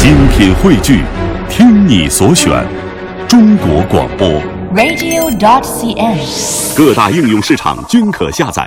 精品汇聚，听你所选，中国广播 radio.cn， 各大应用市场均可下载。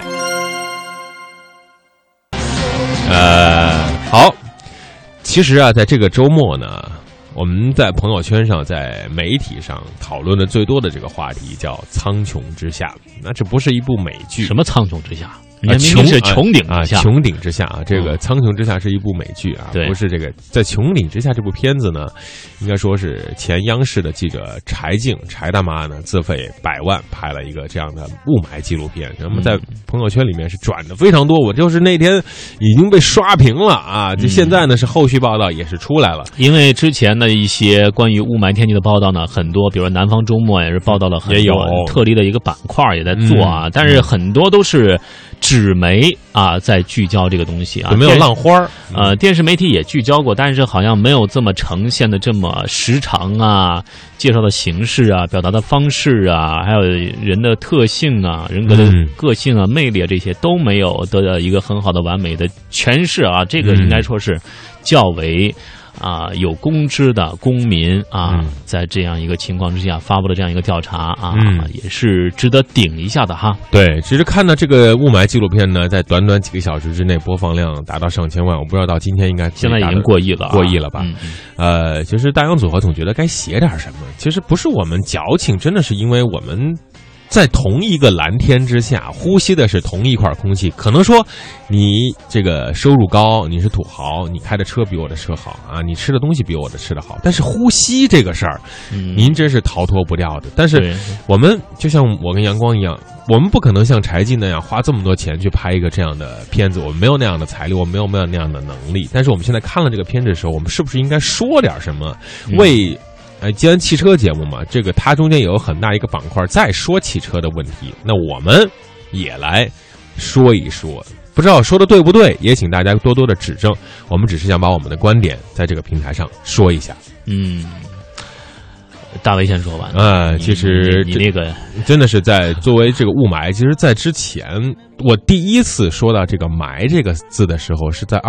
好，其实啊，在这个周末呢，我们在朋友圈上、在媒体上讨论的最多的这个话题叫《苍穹之下》。那这不是一部美剧， 什么苍穹之下？明明是穹顶之下， 穹顶之下啊！这个《苍穹之下》是一部美剧啊，不是这个在穹顶之下这部片子呢，应该说是前央视的记者柴静柴大妈呢自费100万拍了一个这样的雾霾纪录片，那么在朋友圈里面是转的非常多，我就是那天已经被刷屏了啊！就现在呢是后续报道也是出来了， 因为之前的一些关于雾霾天气的报道呢，很多，比如说南方周末也是报道了很多， 也有特例的一个板块也在做啊，但是很多都是纸媒啊在聚焦这个东西啊， 没有浪花电视媒体也聚焦过，但是好像没有这么呈现的这么时长啊，介绍的形式啊，表达的方式啊，还有人的特性啊，人格的个性啊，魅力啊，这些都没有得到一个很好的完美的诠释啊，这个应该说是较为有公知的公民啊，在这样一个情况之下发布了这样一个调查啊，也是值得顶一下的哈。 对，其实看到这个雾霾纪录片呢，在短短几个小时之内播放量达到上千万，我不知道到今天应该现在已经过亿了吧？其实大洋组合总觉得该写点什么，其实不是我们矫情，真的是因为我们在同一个蓝天之下呼吸的是同一块空气，可能说你这个收入高，你是土豪，你开的车比我的车好啊，你吃的东西比我的吃的好，但是呼吸这个事儿，您真是逃脱不掉的。但是我们就像我跟阳光一样，我们不可能像柴静那样花这么多钱去拍一个这样的片子，我们没有那样的财力，我们没有那样的能力。但是我们现在看了这个片子的时候，我们是不是应该说点什么，为既然汽车节目嘛，这个它中间也有很大一个板块在说汽车的问题，那我们也来说一说，不知道说的对不对，也请大家多多的指正，我们只是想把我们的观点在这个平台上说一下。 大卫先说完。 其实你那个真的是在作为这个雾霾，其实在之前我第一次说到这个霾这个字的时候是在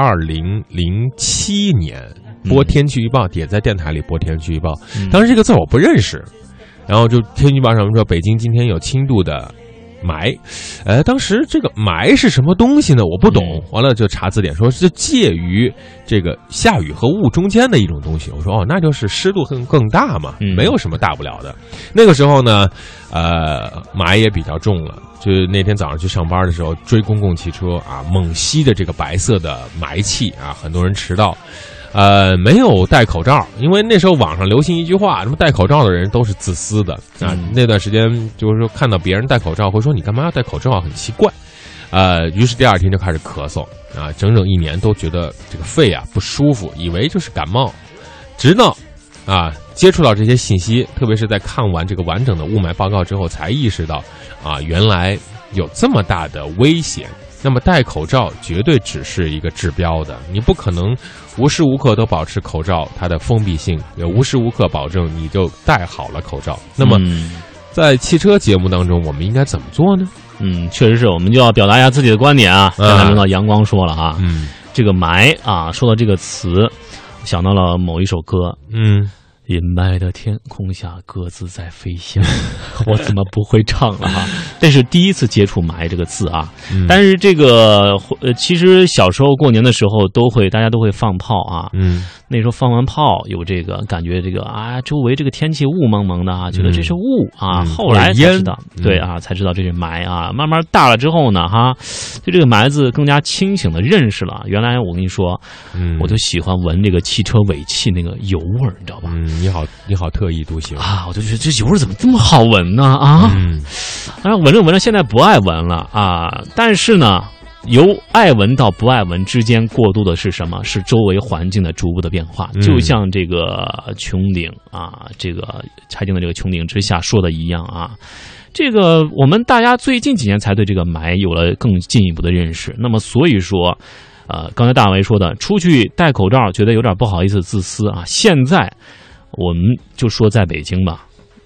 2007年播天气预报，也在电台里播天气预报，当时这个字我不认识，然后就天气预报上面说北京今天有轻度的霾，当时这个霾是什么东西呢？我不懂，完了就查字典，说是介于这个下雨和雾中间的一种东西。我说那就是湿度更大嘛，没有什么大不了的。那个时候呢，霾也比较重了，就是那天早上去上班的时候追公共汽车啊，猛吸着这个白色的霾气啊，很多人迟到。没有戴口罩，因为那时候网上流行一句话，什么戴口罩的人都是自私的啊。那段时间就是说看到别人戴口罩，会说你干嘛要戴口罩，很奇怪。于是第二天就开始咳嗽啊，整整1年都觉得这个肺啊不舒服，以为就是感冒，直到接触到这些信息，特别是在看完这个完整的雾霾报告之后，才意识到原来有这么大的危险。那么戴口罩绝对只是一个治标的，你不可能无时无刻都保持口罩它的封闭性，也无时无刻保证你就戴好了口罩。那么在汽车节目当中我们应该怎么做呢？ 确实是，我们就要表达一下自己的观点啊。刚才轮到阳光说了哈，这个霾啊，说到这个词，想到了某一首歌，阴霾的天空下，鸽子在飞翔。我怎么不会唱了哈？这是第一次接触霾这个字啊。但是这个其实小时候过年的时候大家都会放炮啊。那时候放完炮有这个感觉，这个周围这个天气雾蒙蒙的啊，觉得这是雾啊。后来才知道，才知道这是霾啊。慢慢大了之后呢，对这个霾字更加清醒的认识了。原来我跟你说，我就喜欢闻这个汽车尾气那个油味儿，你知道吧？ 你好特异独行啊！我就觉得这油味怎么这么好闻呢？闻着现在不爱闻了啊。但是呢，由爱闻到不爱闻之间过渡的是什么？是周围环境的逐步的变化。就像这个穹顶啊，这个柴静的这个穹顶之下说的一样啊。这个我们大家最近几年才对这个霾有了更进一步的认识。那么所以说，刚才大为说的，出去戴口罩觉得有点不好意思、自私啊。现在我们就说在北京吧，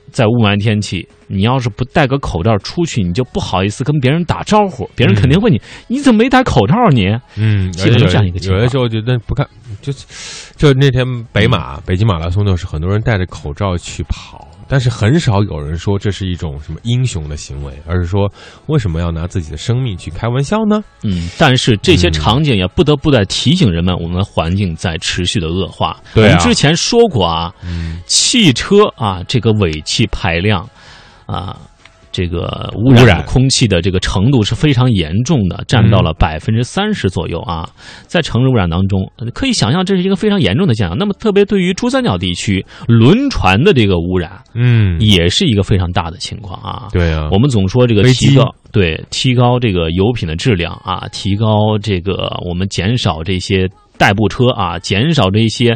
在雾霾天气，你要是不戴个口罩出去，你就不好意思跟别人打招呼，别人肯定问你怎么没戴口罩你？基本就这样一个情况。 有的时候觉得不看，就那天北京马拉松就是很多人戴着口罩去跑。但是很少有人说这是一种什么英雄的行为，而是说为什么要拿自己的生命去开玩笑呢？ 但是这些场景也不得不在提醒人们，我们的环境在持续的恶化。 对啊， 我们之前说过啊，汽车啊这个尾气排量啊。这个污染空气的这个程度是非常严重的，占到了30%左右啊。在城市污染当中，可以想象这是一个非常严重的现象。那么，特别对于珠三角地区轮船的这个污染，也是一个非常大的情况啊。 对啊， 我们总说这个提高这个油品的质量啊，提高这个我们减少这些代步车啊，减少这些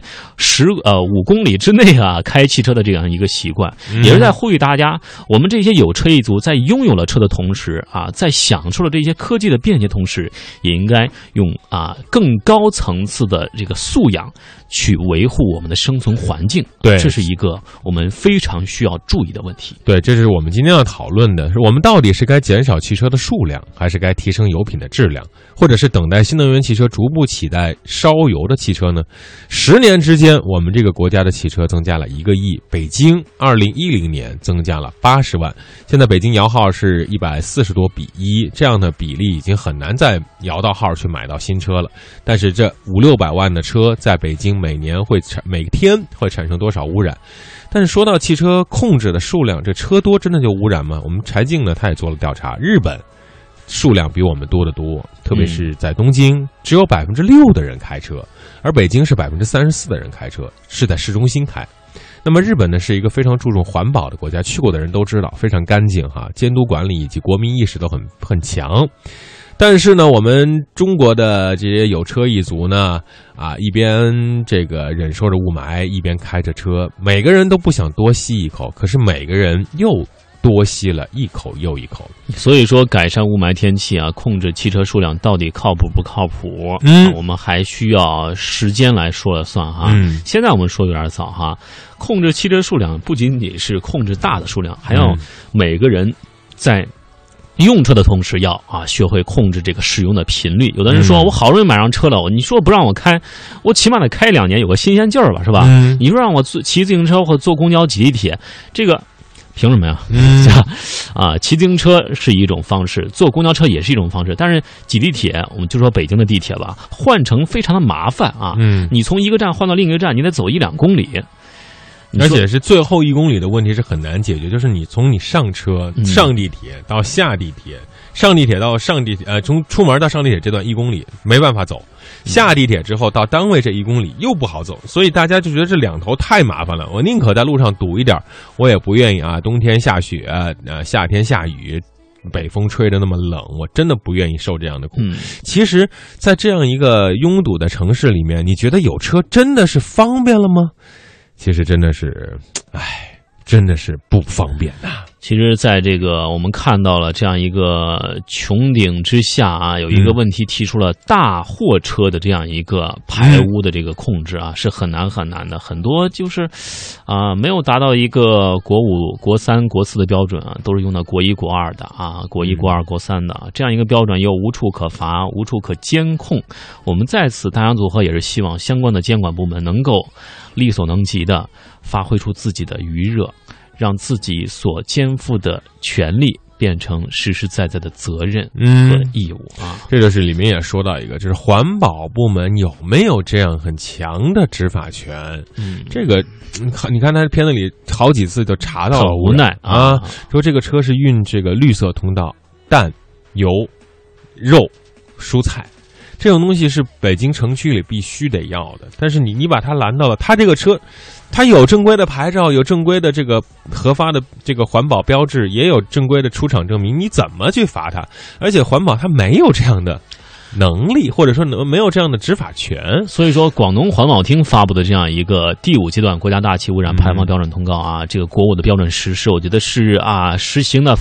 5公里之内啊开汽车的这样一个习惯，也是在呼吁大家，我们这些有车一族在拥有了车的同时啊，在享受了这些科技的便捷同时，也应该用更高层次的这个素养去维护我们的生存环境。 对， 这是一个我们非常需要注意的问题。 对，这是我们今天要讨论的，是我们到底是该减少汽车的数量，还是该提升油品的质量，或者是等待新能源汽车逐步取代烧油的汽车呢？10年之间，我们这个国家的汽车增加了1个亿，北京2010年增加了80万，现在北京摇号是140多比1，这样的比例已经很难再摇到号去买到新车了。但是这500-600万的车在北京每天会产生多少污染？但是说到汽车控制的数量，这车多真的就污染吗？我们柴静呢，他也做了调查，日本数量比我们多得多，特别是在东京，只有6%的人开车，而北京是34%的人开车，是在市中心开。那么日本呢，是一个非常注重环保的国家，去过的人都知道，非常干净哈，监督管理以及国民意识都很强。但是呢，我们中国的这些有车一族呢，一边这个忍受着雾霾，一边开着车，每个人都不想多吸一口，可是每个人又多吸了一口又一口。 所以说，改善雾霾天气啊，控制汽车数量到底靠谱不靠谱？我们还需要时间来说了算哈。现在我们说有点早哈。控制汽车数量不仅仅是控制大的数量，还要每个人在用车的同时要学会控制这个使用的频率。有的人说我好容易买上车了，你说不让我开，我起码得开2年，有个新鲜劲儿吧，是吧？你说让我骑自行车或坐公交挤地铁，这个凭什么呀？骑自行车是一种方式，坐公交车也是一种方式，但是挤地铁，我们就说北京的地铁吧，换乘非常的麻烦啊。你从一个站换到另一个站，你得走1-2公里。 而且是最后1公里的问题是很难解决，就是你从你上车上地铁到下地铁，上地铁到上地铁，从出门到上地铁这段1公里没办法走，下地铁之后到单位这1公里又不好走，所以大家就觉得这两头太麻烦了，我宁可在路上堵一点，我也不愿意冬天下雪，夏天下雨，北风吹着那么冷，我真的不愿意受这样的苦。其实在这样一个拥堵的城市里面，你觉得有车真的是方便了吗？其实真的是，真的是不方便呐。 其实在这个我们看到了这样一个穹顶之下有一个问题提出了大货车的这样一个排污的这个控制是很难的，很多就是没有达到一个国5、国3、国4的标准都是用到国1、国2的国1、国2、国3的这样一个标准又无处可罚，无处可监控。我们在此大洋组合也是希望相关的监管部门能够力所能及的发挥出自己的余热，让自己所肩负的权利变成实实在在的责任和义务这就是里面也说到一个，就是环保部门有没有这样很强的执法权？这个你看他片子里好几次就查到了无奈说这个车是运这个绿色通道，蛋、油、肉、蔬菜。这种东西是北京城区里必须得要的，但是你把它拦到了，它这个车，它有正规的牌照，有正规的这个核发的这个环保标志，也有正规的出厂证明，你怎么去罚它？而且环保它没有这样的能力，或者说没有这样的执法权。 所以说，广东环保厅发布的这样一个第5阶段国家大气污染排放标准通告这个国5的标准实施，我觉得是实行的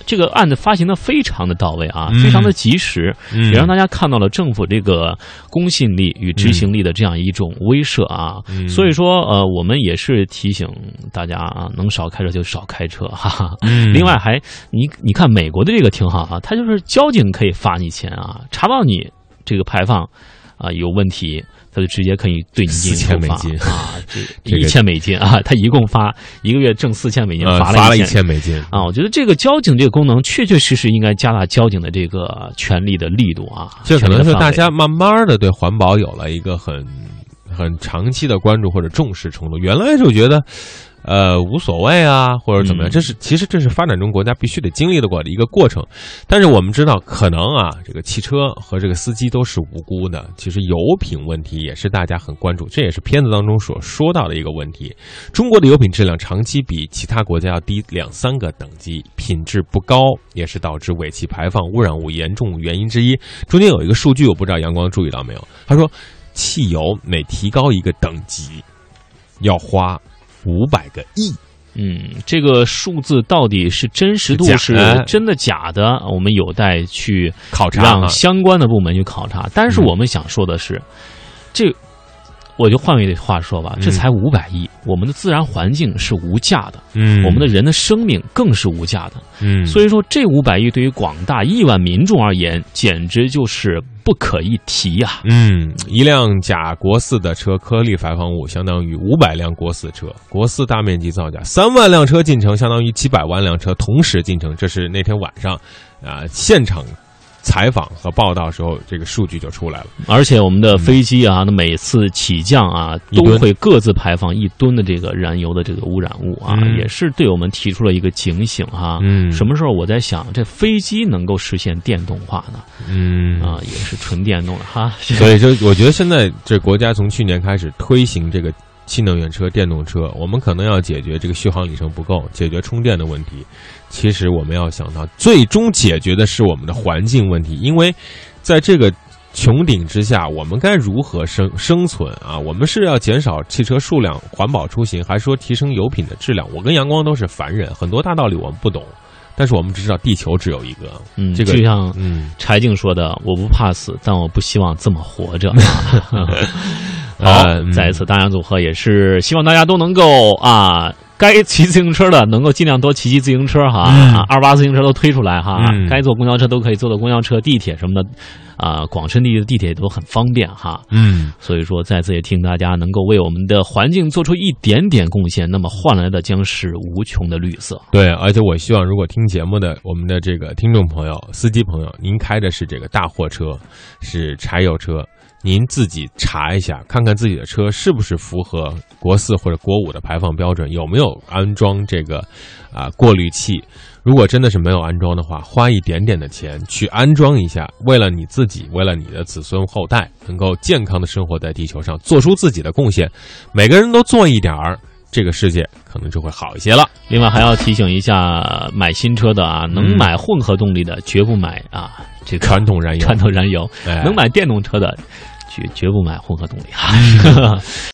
这个案子发行的非常的到位啊，非常的及时，也让大家看到了政府这个公信力与执行力的这样一种威慑啊。所以说我们也是提醒大家啊，能少开车就少开车哈哈。另外还你看美国的这个挺好啊，它就是交警可以罚你钱啊，查到你这个排放有问题，他就直接可以对你进行处罚啊，这$1000啊，他一共发1个月挣$4000， 罚了$1000 啊。我觉得这个交警这个功能确确实实应该加大交警的这个权力的力度啊。 这可能是大家慢慢的对环保有了一个很长期的关注或者重视程度，原来就觉得无所谓啊，或者怎么样，其实这是发展中国家必须得经历的一个过程。但是我们知道，可能啊，这个汽车和这个司机都是无辜的。其实油品问题也是大家很关注，这也是片子当中所说到的一个问题。中国的油品质量长期比其他国家要低2-3个等级，品质不高也是导致尾气排放污染物严重原因之一。中间有一个数据，我不知道阳光注意到没有？他说，汽油每提高一个等级，要花500个亿。 这个数字到底是真实度是真的假的，我们有待去考察， 让相关的部门去考察。但是我们想说的是，我就换一句话说吧，这才500亿，我们的自然环境是无价的，我们的人的生命更是无价的，所以说这500亿对于广大亿万民众而言，简直就是不可一提呀。 一辆甲国4的车颗粒排放物相当于500辆国4车，国4大面积造价3万辆车进城，相当于700万辆车同时进城。这是那天晚上现场采访和报道时候，这个数据就出来了。 而且我们的飞机啊，那每次起降啊，都会各自排放1吨的这个燃油的这个污染物啊，也是对我们提出了一个警醒哈。什么时候我在想，这飞机能够实现电动化呢？也是纯电动的哈。 所以我觉得现在这国家从去年开始推行这个新能源车、电动车，我们可能要解决这个续航里程不够，解决充电的问题。其实我们要想到，最终解决的是我们的环境问题，因为在这个穹顶之下，我们该如何生存啊？我们是要减少汽车数量、环保出行，还是说提升油品的质量？我跟阳光都是凡人，很多大道理我们不懂。但是我们只知道地球只有一个，这个就像柴静说的，我不怕死，但我不希望这么活着。好，再一次大洋组合也是希望大家都能够该骑自行车的能够尽量多骑自行车哈，28自行车都推出来哈，该坐公交车都可以坐到公交车、地铁什么的。广深地区的地铁都很方便哈，所以说在此也提醒大家能够为我们的环境做出一点点贡献，那么换来的将是无穷的绿色。 对，而且我希望如果听节目的我们的这个听众朋友、司机朋友，您开的是这个大货车，是柴油车，您自己查一下，看看自己的车是不是符合国4或者国5的排放标准，有没有安装这个过滤器。如果真的是没有安装的话，花一点点的钱去安装一下，为了你自己，为了你的子孙后代能够健康的生活在地球上，做出自己的贡献，每个人都做一点儿，这个世界可能就会好一些了。 另外还要提醒一下买新车的能买混合动力的绝不买这个传统燃油， 能买电动车的绝不买混合动力